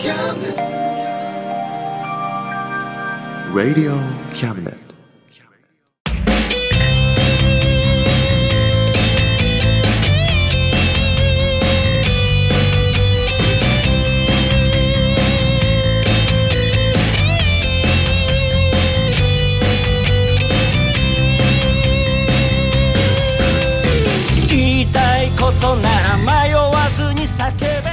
Radio Cabinet. 言いたいことなら迷わずに叫べ。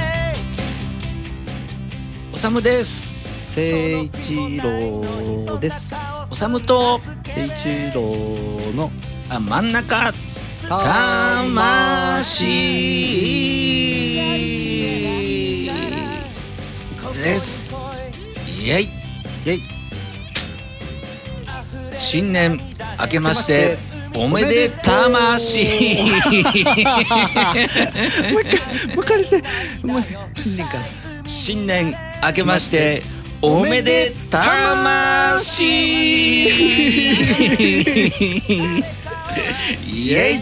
おさむです。 聖一郎です。 おさむと聖一郎の真ん中魂です。イエイイエイ。新年明けましておめでたましもう一回してもう新年から新年明けましておめでたましイエイ。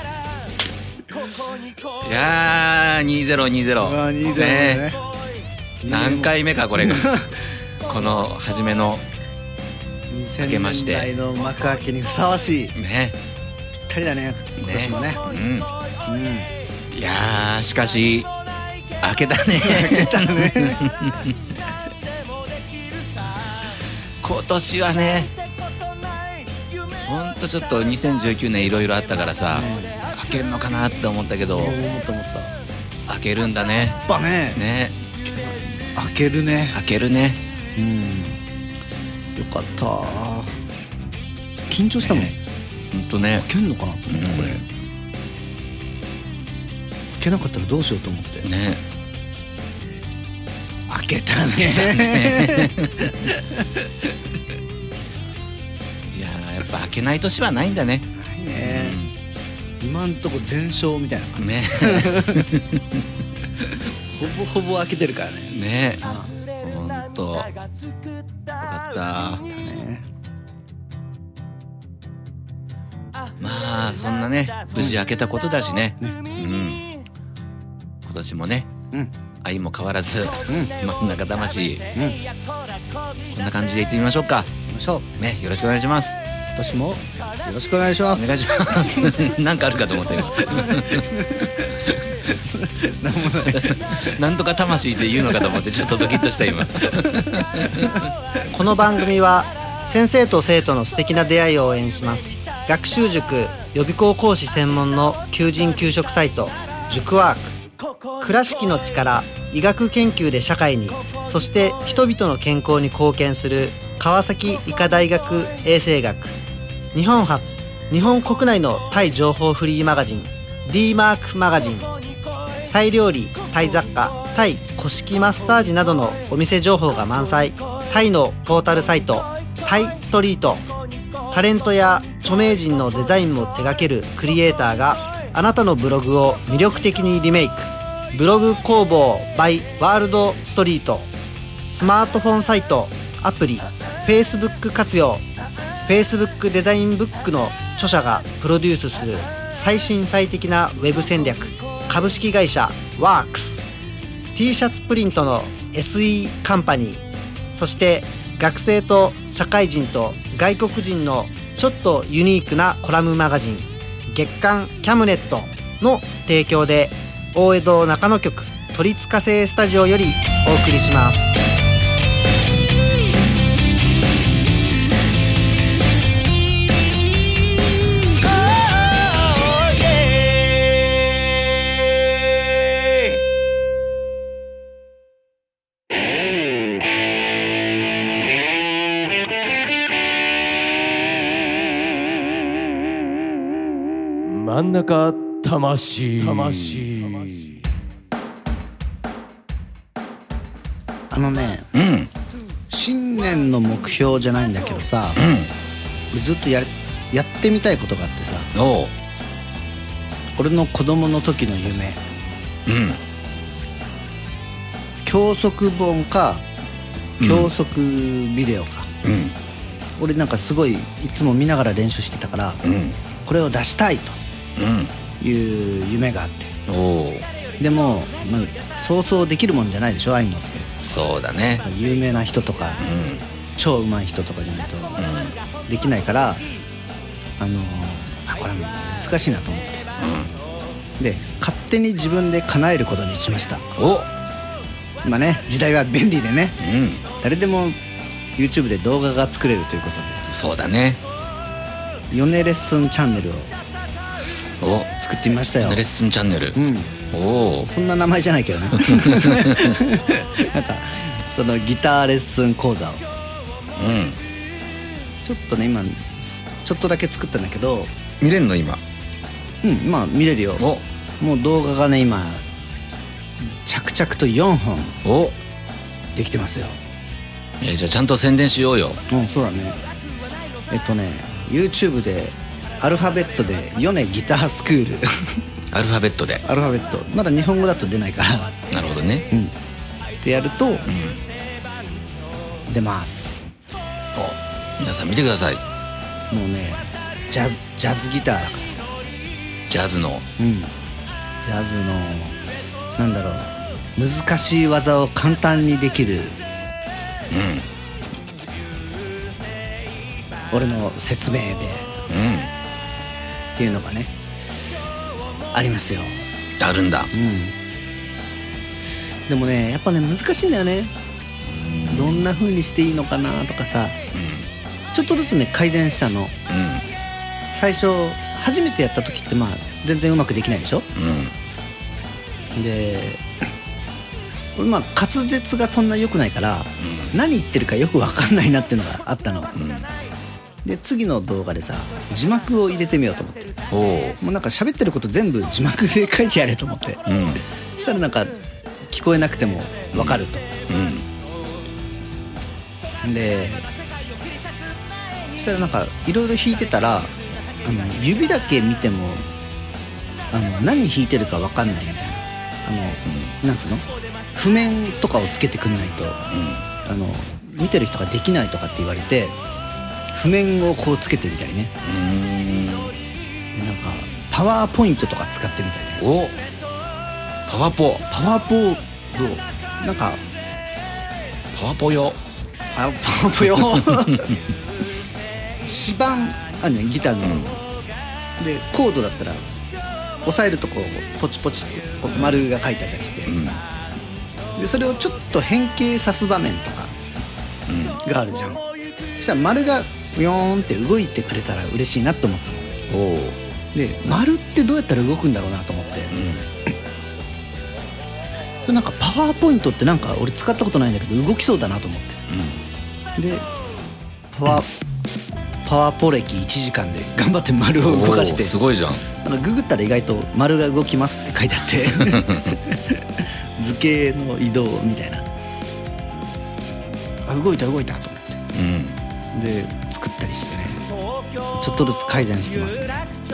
いやー2020ね、何回目かこれがこの初めの 2000年代の幕開けにふさわしいね、 ぴったりだね今年もね。 いやーしかし開けたね開けたね今年はねほんとちょっと2019年いろいろあったからさ、開けるのかなって思ったけど、 思った開けるんだね。 やっぱね開けるね。 開けるね。 よかった。緊張したもん。 ほんとね。 開けんのかなと思ってこれ。開けなかったらどうしようと思ってね。 開けたねいややっぱ開けない年はないんだね。 ないね。今んとこ全勝みたいなねほぼほぼ開けてるからね。 ねほんとよかったね。 まあそんなね無事開けたことだしね、今年もね、愛も変わらず、真ん中魂、こんな感じでいってみましょうか。 行きましょうね。よろしくお願いします。 今年もよろしくお願いします。 お願いしますなんかあるかと思ったよなんもないなんとか魂って言うのかと思ってちょっとドキッとした今この番組は先生と生徒の素敵な出会いを応援します。学習塾予備校講師専門の求人・求職サイト塾ワーク。倉敷の力、医学研究で社会に、そして人々の健康に貢献する川崎医科大学衛生学。日本初、日本国内のタイ情報フリーマガジン D マークマガジン。タイ料理、タイ雑貨、タイ古式マッサージなどのお店情報が満載。タイのポータルサイトタイストリート。タレントや著名人のデザインも手掛けるクリエイターがあなたのブログを魅力的にリメイク。ブログ工房 by ワールドストリート。スマートフォンサイト、アプリ、Facebook 活用。Facebook デザインブックの著者がプロデュースする最新最適なウェブ戦略。株式会社ワークス。 T シャツプリントの SE カンパニー。そして学生と社会人と外国人のちょっとユニークなコラムマガジン月刊キャムネットの提供で大江戸中野局都立火星スタジオよりお送りします。 真ん中魂。 新年の目標じゃないんだけどさ、ずっとやってみたいことがあってさ、俺の子供の時の夢、教則本か教則ビデオか、俺なんかすごいいつも見ながら練習してたから、これを出したいという夢があって、でも、そうそうできるもんじゃないでしょ、ああいうのって。 そうだね。 有名な人とか、超上手い人とかじゃないとできないから、これ難しいなと思って、で勝手に自分で叶えることにしました。今ね時代は便利でね、誰でも YouTube で動画が作れるということで、 そうだね。 ヨネレッスンチャンネルを作ってみましたよ。 レッスンチャンネル、 そんな名前じゃないけどねなんかそのギターレッスン講座を、ちょっとね今ちょっとだけ作ったんだけど。 見れんの今？ まあ見れるよ。もう動画がね今着々と4本できてますよ。 じゃあちゃんと宣伝しようよ。 そうだね。YouTube でアルファベットでヨネギタースクールアルファベットで。 アルファベットまだ日本語だと出ないから。 なるほどね。 ってやると、出ます。 皆さん見てください。 もうねジャズギターだから。 ジャズの、 ジャズのなんだろう、難しい技を簡単にできる、俺の説明で、っていうのがねありますよ。 あるんだ。 でもねやっぱね難しいんだよね。どんな風にしていいのかなとかさ、ちょっとずつね改善したの。最初初めてやった時ってまあ全然うまくできないでしょ。で俺まあ滑舌がそんな良くないから、何言ってるかよく分かんないなっていうのがあったの。で次の動画でさ字幕を入れてみようと思って、もうなんか喋ってること全部字幕で書いてやれと思って、そしたらなんか聞こえなくても分かると。でそしたらなんかいろいろ弾いてたら指だけ見ても何弾いてるか分かんないみたいな、なんつうの譜面とかをつけてくんないと、見てる人ができないとかって言われて、譜面をこうつけてみたりね。なんかパワーポイントとか使ってみたりね。 パワポなんかパワポよ指板あんねんギターの、でコードだったら押さえるとこうポチポチってこう丸が書いてあったりして、でそれをちょっと変形さす場面とかがあるじゃん。そしたら丸がヨーンって動いてくれたら嬉しいなと思ったの。で丸ってどうやったら動くんだろうなと思って、それなんかパワーポイントってなんか俺使ったことないんだけど動きそうだなと思って、でパワーポ歴1時間で頑張って丸を動かして、すごいじゃん。 ググったら意外と丸が動きますって書いてあって図形の移動みたいな、動いたと思って、で作ったりしてね、ちょっとずつ改善してますね。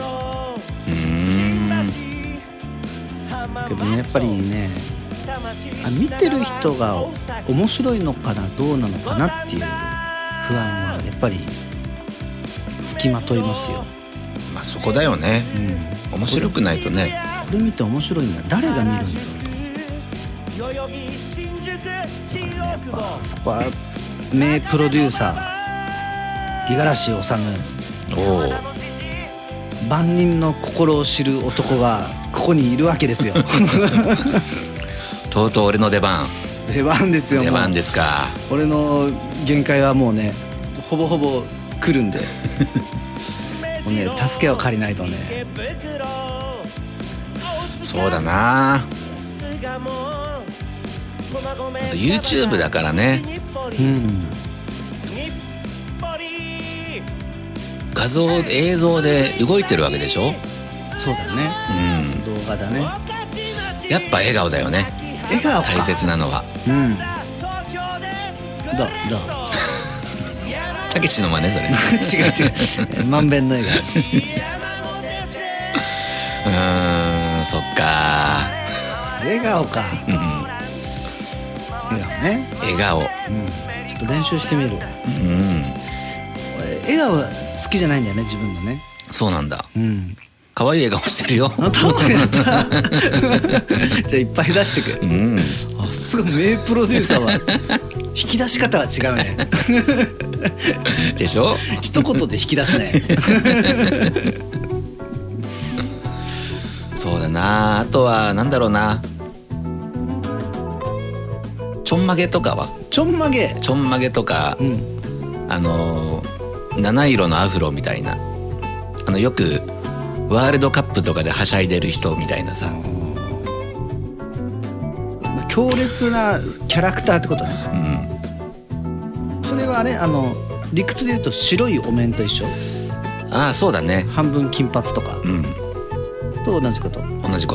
けどねやっぱりね見てる人が面白いのかなどうなのかなっていう不安はやっぱりつきまといますよ。 まあそこだよね、面白くないとね。 これ見て面白いんだ、誰が見るんだろうと。だからねやっぱそこは名プロデューサー五十嵐治、万人の心を知る男がここにいるわけですよとうとう俺の出番ですよ。 出番ですか。 俺の限界はもうねほぼほぼ来るんでもうね助けを借りないとね。 そうだな、まず YouTube だからね、画像映像で動いてるわけでしょ。 そうだね、動画だね。 やっぱ笑顔だよね。 笑顔か大切なのは。 どうたけしの真似それ違うまんべんの笑顔そっか笑顔か、笑顔ね。 笑顔、 ちょっと練習してみる。俺笑顔好きじゃないんだよね自分のね。 そうなんだ。 可愛い笑顔してるよ。 頼むやったじゃあいっぱい出してく。あ、すごい名プロデューサーは引き出し方は違うね。 でしょ。 一言で引き出すね。 そうだな。あとはなんだろうな、ちょんまげとかは。 ちょんまげ。 ちょんまげとか、七色のアフロみたいな、よくワールドカップとかではしゃいでる人みたいなさ。 強烈なキャラクターってことね。それはあれ、理屈で言うと白いお面と一緒。 ああ、そうだね。 半分金髪とか、と同じこと。 同じこと。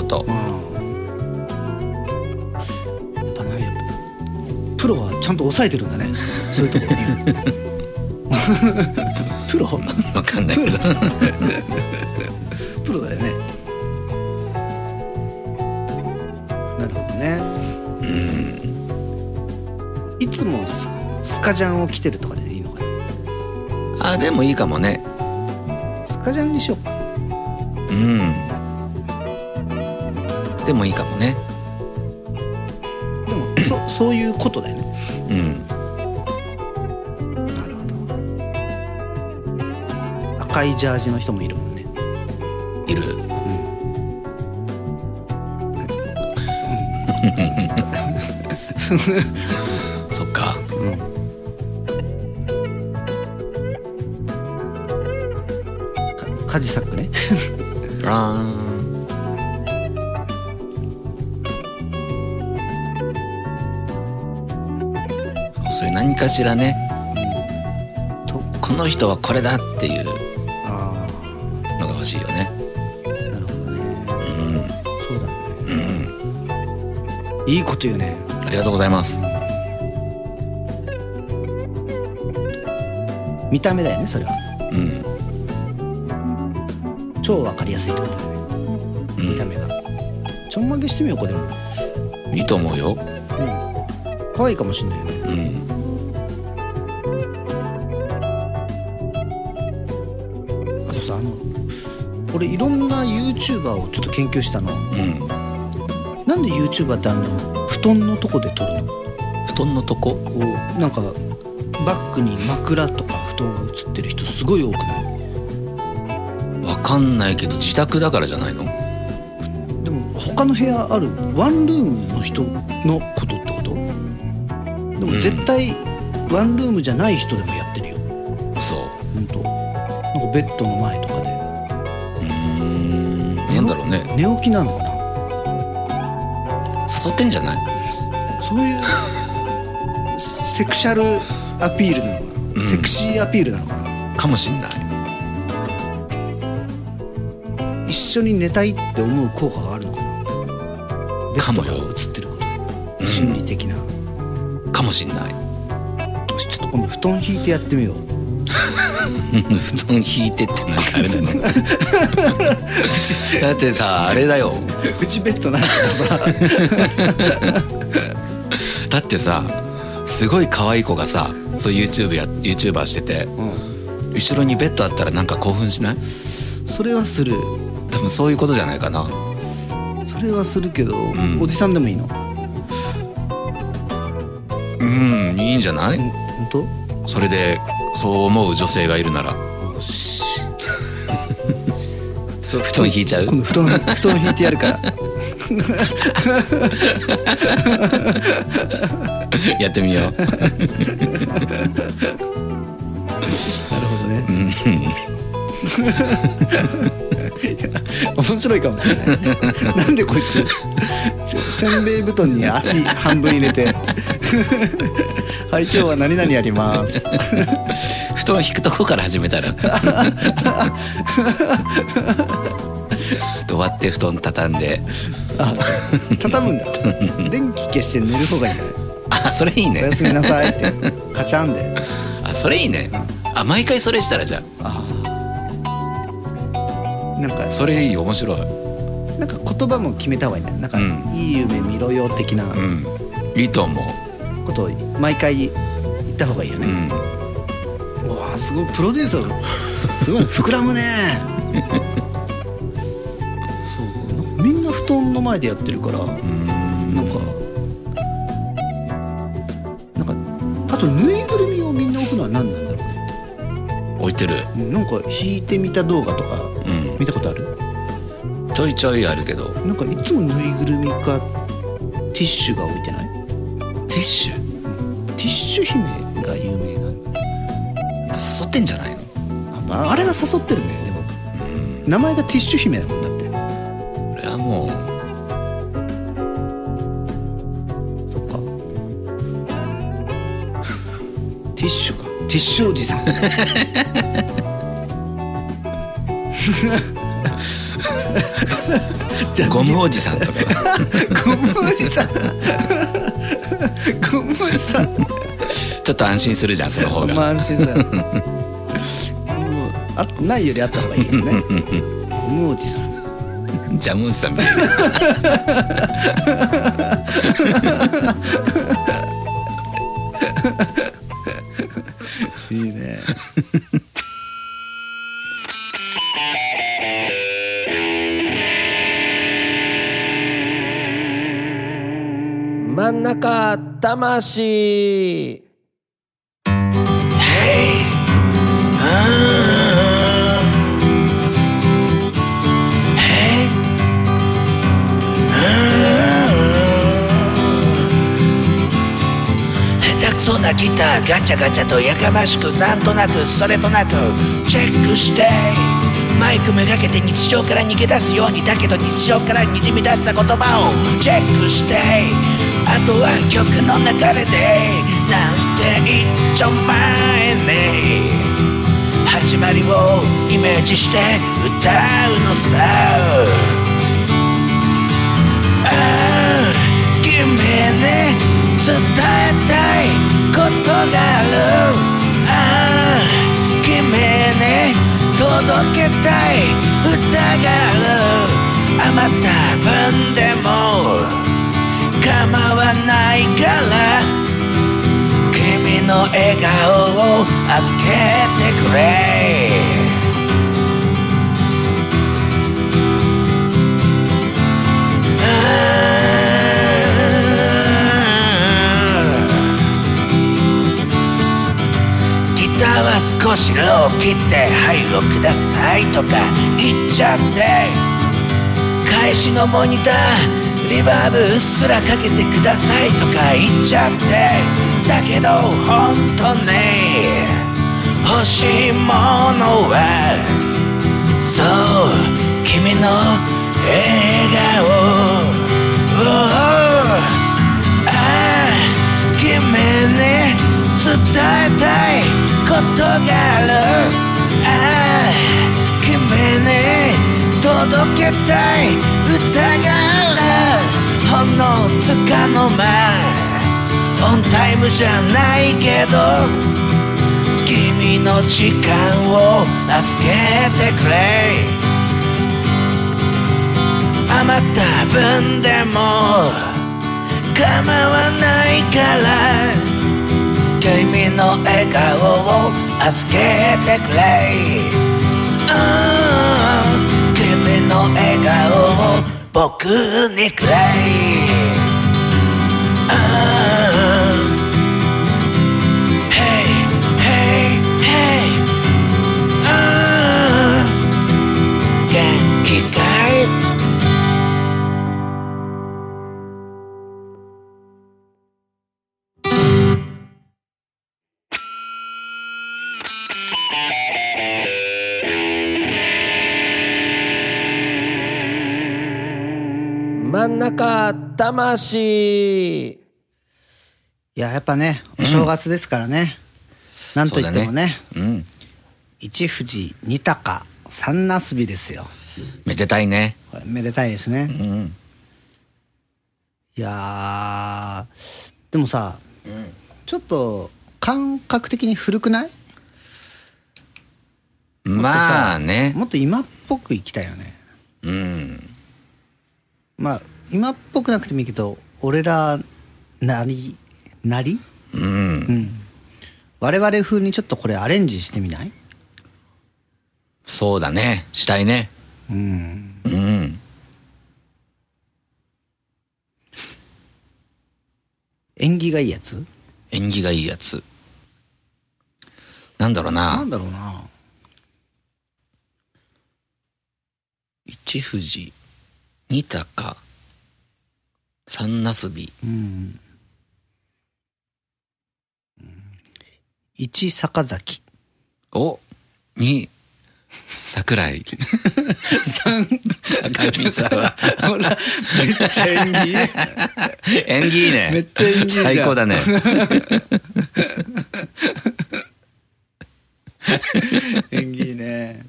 やっぱプロはちゃんと抑えてるんだね、そういうところに。プロ？ わかんないけど。 プロだよね。なるほどね。いつもスカジャンを着てるとかでいいのかな。 あ、でもいいかもね。 スカジャンにしようか。 でもいいかもね。 でもそういうことだよね。なるほど。赤いジャージの人もいるもんね。 いる。そっか。 カジサックね。 そういう何かしらね、この人はこれだっていうのが欲しいよね。 なるほどね。そうだね。いいこと言うね。 ありがとうございます。 見た目だよね、それは。超わかりやすいってことだね。見た目が。ちょんまげしてみようか。でもいいと思うよ。 可愛いかもしんないよね。あとさ、俺いろんな YouTuber をちょっと研究したの。なんで YouTuber って布団のとこで撮るの？ 布団のとこ？ なんかバックに枕とか布団が映ってる人すごい多くない？ わかんないけど自宅だからじゃないの？ でも他の部屋あるワンルームの人のことってこと？でも絶対ワンルームじゃない人でもやってるよ。 そう。 本当。なんかベッドの前とかで。 なんだろうね。 寝起きなのかな？ 誘ってんじゃない？ そういうセクシャルアピールなのかな、セクシーアピールなのかな。 かもしんない。 一緒に寝たいって思う効果があるのかな。 かもよ。 ベッドが映ってることで、心理的な。 かもしんない。 よし、ちょっと今度布団引いてやってみよう。 布団引いてってなんかあれだね。だってさ、あれだよ。 うちベッドなんだからさ。 だってさ、すごい可愛い子がさ、そう YouTuber してて、後ろにベッドあったらなんか興奮しない？ それはする。 多分そういうことじゃないかな。 それはするけど、おじさんでもいいの？ いいんじゃない？ 本当？ それでそう思う女性がいるなら。 よし。 布団引いちゃう？ 今度布団引いてやるから。 やってみよう。 なるほどね。面白いかもしれない。なんでこいつせんべい布団に足半分入れてはい今日は何々やります布団引くとこから始めたら終わって布団畳んで畳むんだ電気消して寝る方がいいんだね。 あ、それいいね。 おやすみなさいってカチャンで。 あ、それいいね。あ、毎回それしたらじゃあ。 なんかそれいい、面白い。 なんか言葉も決めた方がいいね。なんか、いい夢見ろよ的な、 いいと思うことを毎回言った方がいいよね。うわーすごいプロデューサーすごい膨らむね。 布団の前でやってるから、なんかあとぬいぐるみをみんな置くのは何なんだろうね。 置いてる。 なんか引いてみた動画とか見たことある？ ちょいちょいあるけど。 なんかいつもぬいぐるみかティッシュが置いてない？ ティッシュ？ ティッシュ姫が有名なの。 誘ってんじゃないの？ あれが誘ってるね。でも名前がティッシュ姫だもんだって。 これはもうそっかティッシュか。ティッシュおじさんじゃあゴムおじさんとかゴムおじさんゴムおじさんちょっと安心するじゃん、その方が。 まあ安心するもうないよりあった方がいいよねゴムおじさんジャムおじさんみたいいいね真ん中魂。 下手くそなギターガチャガチャとやかましくなんとなくそれとなくチェックしてマイクめがけて日常から逃げ出すようにだけど日常からにじみ出した言葉をチェックしてあとは曲の流れでなんて一丁前に始まりをイメージして歌うのさ君に伝えたいことがある君に届けたい歌がある余った分でも構わないから君の笑顔を預けてくれギターは少しロー切ってはいをくださいとか言っちゃって返しのモニターリバーブうっすらかけてくださいとか言っちゃってだけど本当に欲しいものはそう君の笑顔君に伝えたいことがある君に届けたい歌があるほんのつかの間オンタイムじゃないけど君の時間を預けてくれ余った分でも構わないから君の笑顔を預けてくれ君の笑顔を僕にくれ元気かい真ん中魂。 いややっぱねお正月ですからね、なんといってもね一富士二鷹三なすびですよ。 めでたいね。 これめでたいですね、いやでもさ、ちょっと感覚的に古くない？ まあね。 もっと今っぽくいきたいよね。まあ今っぽくなくてもいいけど俺らなり我々風にちょっとこれアレンジしてみない？ そうだね、したいね。 縁起がいいやつ。 縁起がいいやつなんだろうな。 なんだろうな。 一富士、二鷹、三なすび。 一坂崎。 お、二桜井。 三高見沢。 ほら、めっちゃ縁起いい。 縁起いいね。 めっちゃ縁起いいじゃん。 最高だね。 縁起いいね。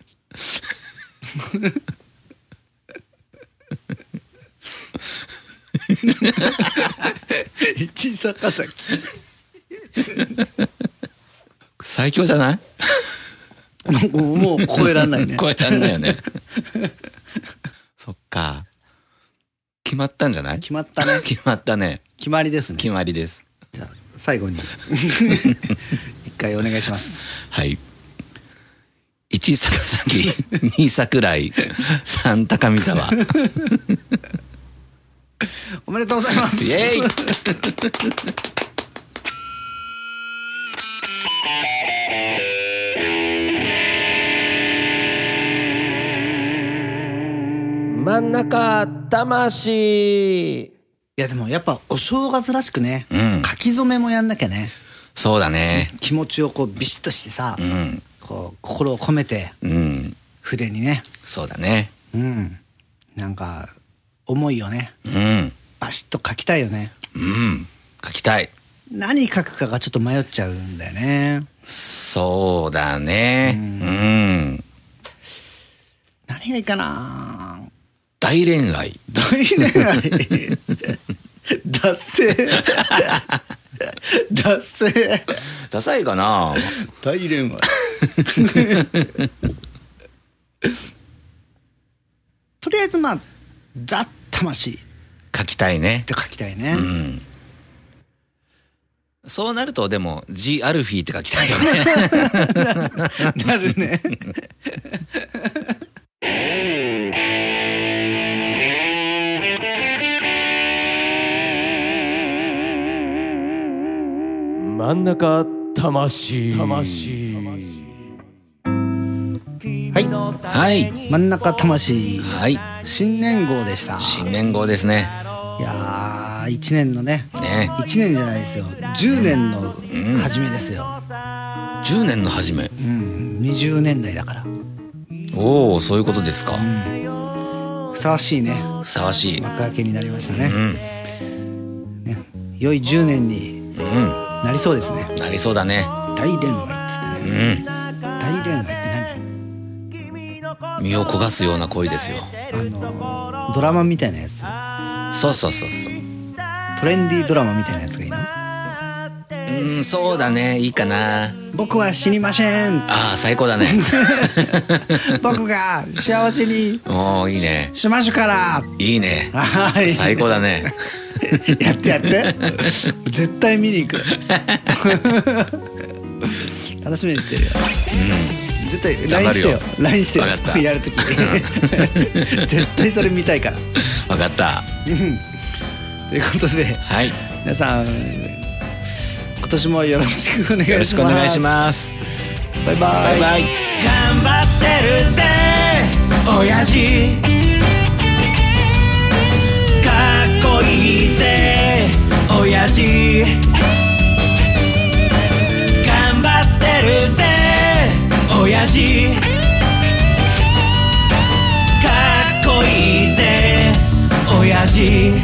一坂崎。 最強じゃない？ もう超えらんないね。 超えらんないよね。そっか。決まったんじゃない？ 決まったね。 決まったね。 決まりですね。 決まりです。 じゃあ最後に一回お願いします。 はい。1坂崎、2桜井、3高見沢。 おめでとうございます。 イエーイ。 真ん中魂。 いやでもやっぱお正月らしくね、書き初めもやんなきゃね。 そうだね。 気持ちをこうビシッとしてさ、こう心を込めて筆にね。 そうだね。 なんか思いをね、バシッと書きたいよね。 書きたい。 何書くかがちょっと迷っちゃうんだよね。 そうだね。 何がいいかな。 大恋愛。 大恋愛。ダッセー。ダッセー。 ダサいかな。 大恋愛。とりあえずまあザ・魂書きたいね。 って書きたいね。 そうなるとでもジ・アルフィーって書きたいよね。 なるね。 真ん中魂。 はい。 真ん中魂。 はい。 新年号でした。 新年号ですね。 いやー1年のね。 ね。 1年じゃないですよ。10年の初めですよ。 10年の初め。 20年代だから。 おお、そういうことですか。 ふさわしいね。 ふさわしい。 幕開けになりましたね。ね、良い10年になりそうですね。 なりそうだね。 大恋愛っつってね。大恋愛って何？ 身を焦がすような恋ですよ。 ドラマみたいなやつ。 そうそうそうそう。 トレンディードラマみたいなやつがいいの？ そうだね。いいかな。僕は死にません。 ああ、最高だね。 僕が幸せにおー、いいね。 しましゅから。 いいね。 はい。 最高だね。 やってやって。絶対見に行く。楽しみにしてるよ。絶対 LINE してよ。LINE してよ。やるとき。絶対それ見たいから。 わかった。 ということで、 はい。 皆さん今年もよろしくお願いします。 よろしくお願いします。 バイバイ。 バイバイ。 頑張ってるぜ親父、かっこいいぜ親父、頑張ってるぜ親父、かっこいいぜ親父、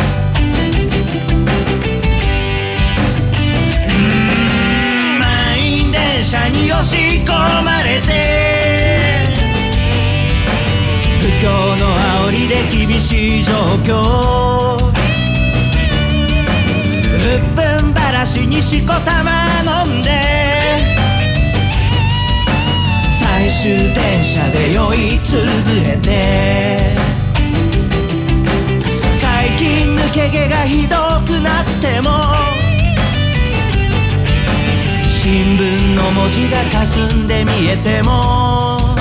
満員電車に押し込まれて、不況の煽りで厳しい状況、うっぷんばらしにしこたま飲んで、最終電車で酔いつぶれて、最近抜け毛がひどくなっても、新聞の文字が霞んで見えても、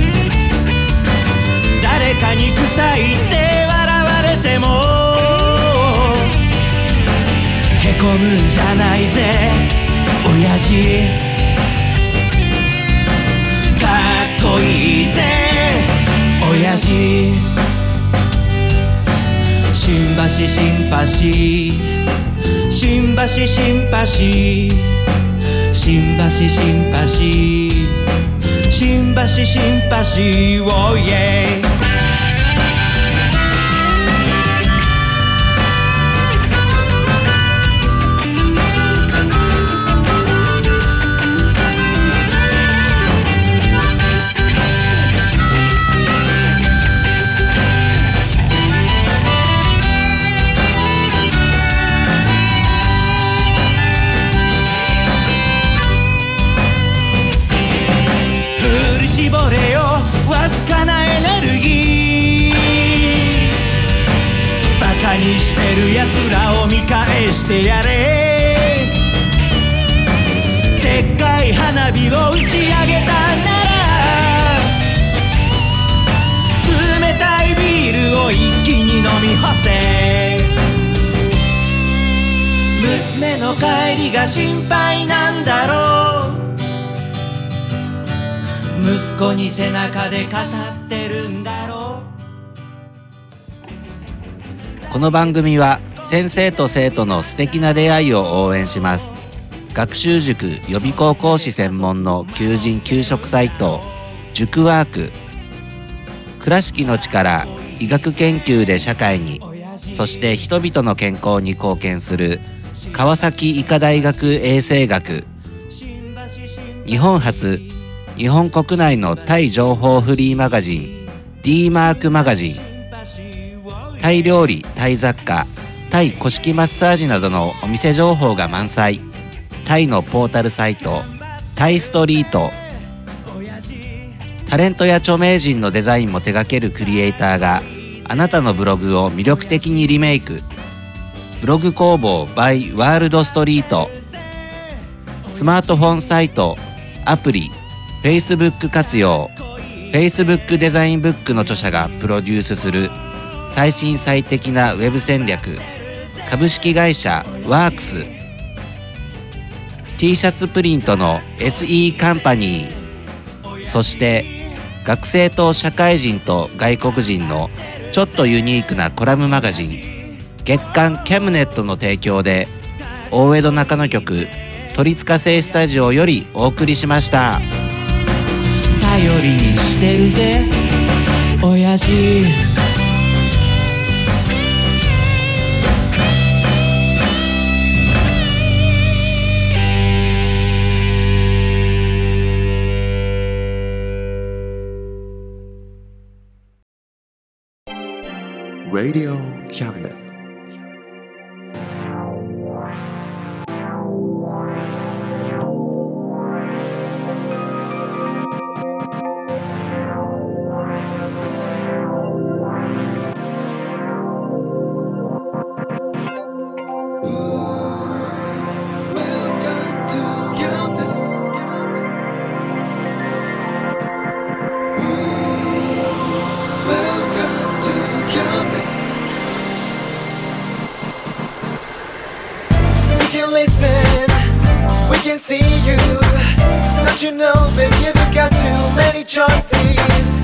誰かに臭いって笑われても、平込むんじゃないぜ親父かっこいいぜ親父新橋新橋新橋新橋新橋新橋新橋新橋おいえ絞れよわずかなエネルギーバカにしてるやつらを見返してやれでっかい花火を打ち上げたなら冷たいビールを一気に飲み干せ娘の帰りが心配なんだろう息子に背中で語ってるんだろう。この番組は先生と生徒の素敵な出会いを応援します。学習塾予備校講師専門の求人・求職サイト塾ワーク。倉敷の力、医学研究で社会に、そして人々の健康に貢献する川崎医科大学衛生学。日本初日本国内のタイ情報フリーマガジン D マークマガジン、タイ料理、タイ雑貨、タイ古式マッサージなどのお店情報が満載。タイのポータルサイトタイストリート。タレントや著名人のデザインも手掛けるクリエイターがあなたのブログを魅力的にリメイク。ブログ工房 by ワールドストリート。スマートフォンサイト、アプリ、Facebook 活用。 Facebook デザインブックの著者がプロデュースする最新最適なウェブ戦略。株式会社ワークス。 T シャツプリントの SE カンパニー。そして学生と社会人と外国人のちょっとユニークなコラムマガジン月刊キャムネットの提供で大江戸中野局鳥塚製スタジオよりお送りしました。 頼りにしてるぜ親父 Radio Cabinet. You know, baby, you've got too many choices.